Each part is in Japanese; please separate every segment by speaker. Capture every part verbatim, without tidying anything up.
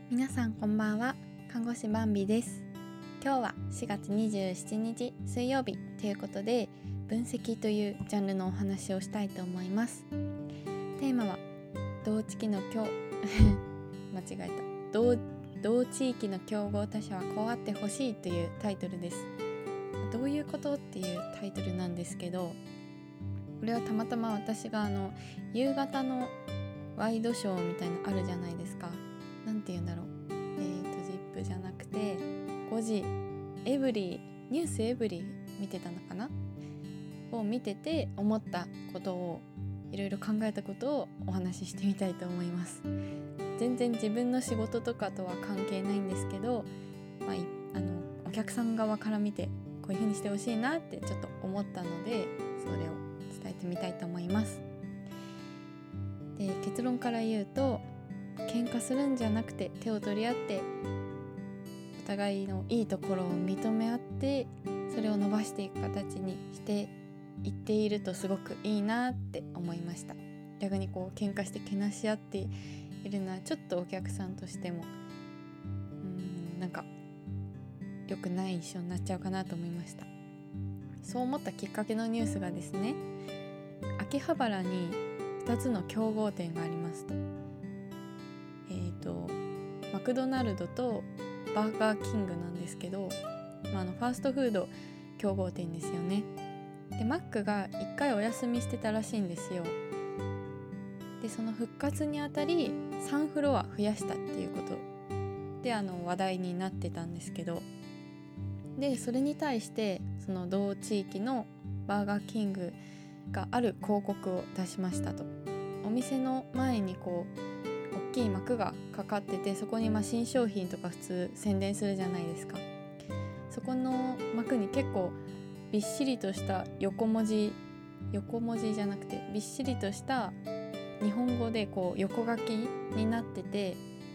Speaker 1: 皆さんこんばんは。看護師バンビです。今日はしがつにじゅうしちにち水曜日ということで、分析というジャンルのお話をしたいと思います。テーマは同地域の競間違えた同同地域の競合他社はこうあってほしいというタイトルです。どういうことっていうタイトルなんですけど、これはたまたま私があの夕方のワイドショーみたいなのあるじゃないですか。なんて言うんだろう、えーと ジップ じゃなくてごじエブリィニュースエブリィ見てたのかなを見てて思ったことを、いろいろ考えたことをお話ししてみたいと思います。全然自分の仕事とかとは関係ないんですけど、まあ、あのお客さん側から見てこういう風にしてほしいなってちょっと思ったので、それを伝えてみたいと思います。で、結論から言うと、喧嘩するんじゃなくて手を取り合ってお互いのいいところを認め合って、それを伸ばしていく形にしていっているとすごくいいなって思いました。逆にこう喧嘩してけなし合っているのはちょっとお客さんとしてもうーんなんか良くない印象になっちゃうかなと思いました。そう思ったきっかけのニュースがですね、秋葉原にふたつの競合店がありますと。えーとマクドナルドとバーガーキングなんですけど、まあ、あのファーストフード競合店ですよね。でマックがいっかいお休みしてたらしいんですよ。でその復活にあたりさんフロア増やしたっていうことであの話題になってたんですけど、でそれに対してその同地域のバーガーキングがある広告を出しましたと。お店の前にこう大きい幕がかかってて、そこにまあ新商品とか普通宣伝するじゃないですか。そこの幕に結構びっしりとした横文字横文字じゃなくてびっしりとした日本語でこう横書きになってて、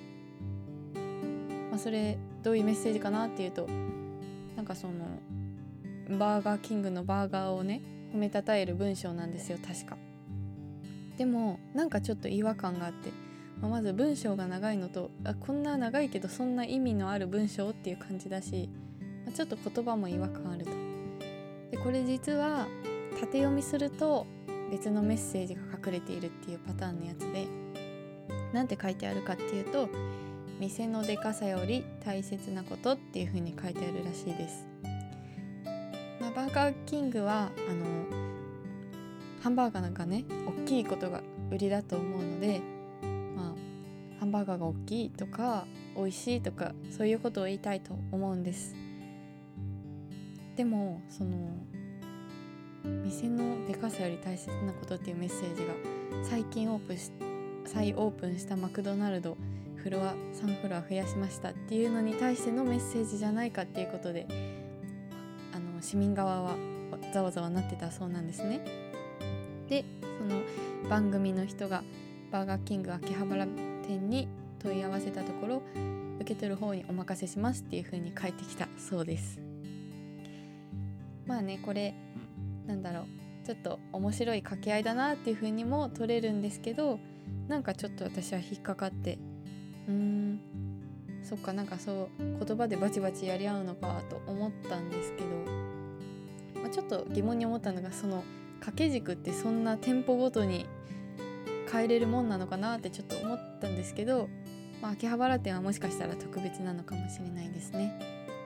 Speaker 1: まあ、それどういうメッセージかなっていうと、なんかそのバーガーキングのバーガーをね褒めたたえる文章なんですよ確か。でもなんかちょっと違和感があって、まあ、まず文章が長いのと、あこんな長いけどそんな意味のある文章っていう感じだし、まあ、ちょっと言葉も違和感あると。でこれ実は縦読みすると別のメッセージが隠れているっていうパターンのやつで、なんて書いてあるかっていうと、店のでかさより大切なことっていう風に書いてあるらしいです。まあ、バーガーキングはあのハンバーガーなんかね大きいことが売りだと思うので、まあ、ハンバーガーが大きいとか美味しいとかそういうことを言いたいと思うんです。でもその店のでかさより大切なことっていうメッセージが最近オープンし再オープンしたマクドナルドフロアさんフロア増やしましたっていうのに対してのメッセージじゃないかっていうことで、あの市民側はざわざわなってたそうなんですね。でその番組の人がバーガーキング秋葉原店に問い合わせたところ、受け取る方にお任せしますっていう風に返ってきたそうです。まあね、これなんだろう、ちょっと面白い掛け合いだなっていう風にも取れるんですけど、なんかちょっと私は引っかかって、うーんそっか、なんかそう言葉でバチバチやり合うのかと思ったんですけど、まあ、ちょっと疑問に思ったのが、その掛け軸ってそんな店舗ごとに変えれるもんなのかなってちょっと思ったんですけど、まあ、秋葉原店はもしかしたら特別なのかもしれないですね。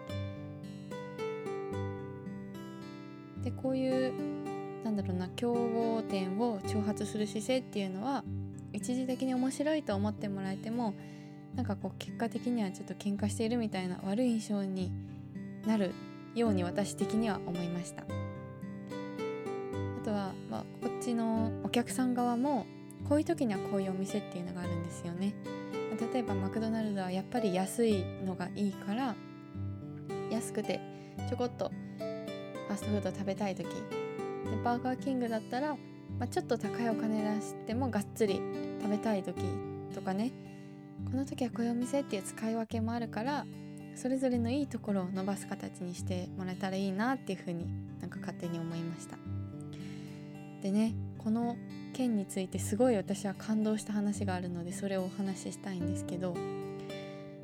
Speaker 1: でこういうなんだろうな競合店を挑発する姿勢っていうのは一時的に面白いと思ってもらえても、なんかこう結果的にはちょっと喧嘩しているみたいな悪い印象になるように私的には思いました。あとは、まあ、こっちのお客さん側もこういう時にはこういうお店っていうのがあるんですよね。例えばマクドナルドはやっぱり安いのがいいから、安くてちょこっとファストフード食べたい時で、バーガーキングだったら、まあ、ちょっと高いお金出してもがっつり食べたい時とかね、この時はこういうお店っていう使い分けもあるから、それぞれのいいところを伸ばす形にしてもらえたらいいなっていうふうになんか勝手に思いました。でね、この件についてすごい私は感動した話があるので、それをお話ししたいんですけど、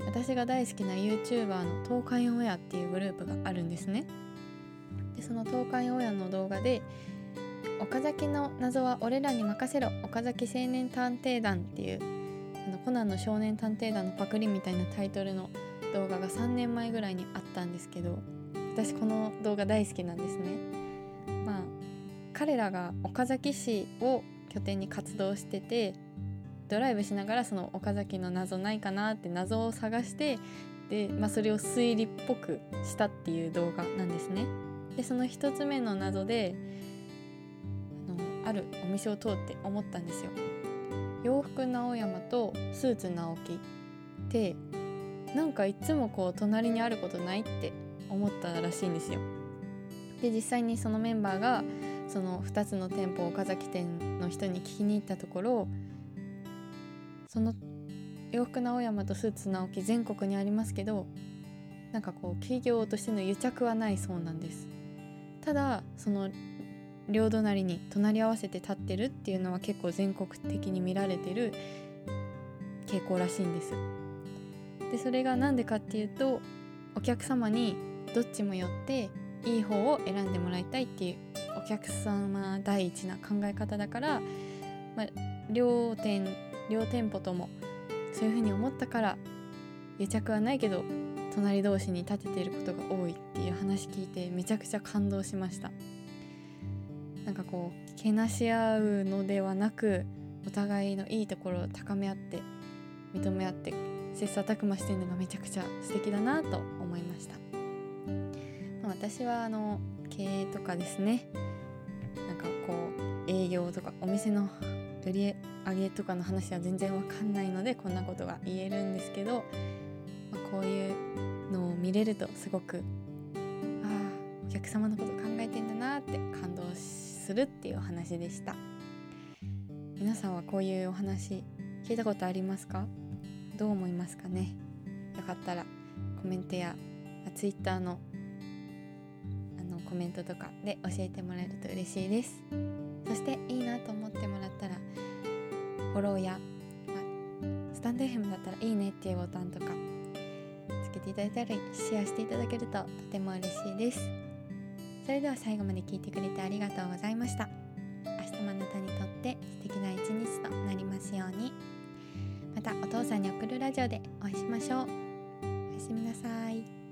Speaker 1: 私が大好きな YouTuber の東海オンエアっていうグループがあるんですね。でその東海オンエアの動画で岡崎の謎は俺らに任せろ岡崎青年探偵団っていうあのコナンの少年探偵団のパクリみたいなタイトルの動画がさんねんまえぐらいにあったんですけど、私この動画大好きなんですね。まあ彼らが岡崎市を拠点に活動してて、ドライブしながらその岡崎の謎ないかなって謎を探して、で、まあ、それを推理っぽくしたっていう動画なんですね。でその一つ目の謎であのあるお店を通って思ったんですよ。洋服直山とスーツ直樹ってなんかいつもこう隣にあることないって思ったらしいんですよ。で実際にそのメンバーがそのふたつの店舗岡崎店の人に聞きに行ったところ、その洋服直山とスーツ直樹全国にありますけど、なんかこう企業としての癒着はないそうなんです。ただその両隣に隣り合わせて立ってるっていうのは結構全国的に見られてる傾向らしいんです。でそれがなんでかっていうと、お客様にどっちも寄っていい方を選んでもらいたいっていうお客様第一な考え方だから、まあ、両店両店舗ともそういう風に思ったから癒着はないけど隣同士に立てていることが多いっていう話聞いてめちゃくちゃ感動しました。なんかこうけなし合うのではなく、お互いのいいところを高め合って認め合って切磋琢磨してるのがめちゃくちゃ素敵だなと思いました。まあ、私はあの経営とかですね、なんかこう営業とかお店の売り上げとかの話は全然わかんないのでこんなことが言えるんですけど、まあ、こういうのを見れるとすごくああお客様のこと考えてんだなって感動するっていうお話でした。皆さんはこういうお話聞いたことありますか？どう思いますかね。よかったらコメントやツイッターのあのコメントとかで教えてもらえると嬉しいです。そしていいなと思ってもらったらフォローや、まあ、スタンド エフエム だったらいいねっていうボタンとかつけていただいたりシェアしていただけるととても嬉しいです。それでは最後まで聞いてくれてありがとうございました。明日もあなたにとって素敵な一日となりますように。またお父さんに送るラジオでお会いしましょう。おやすみなさい。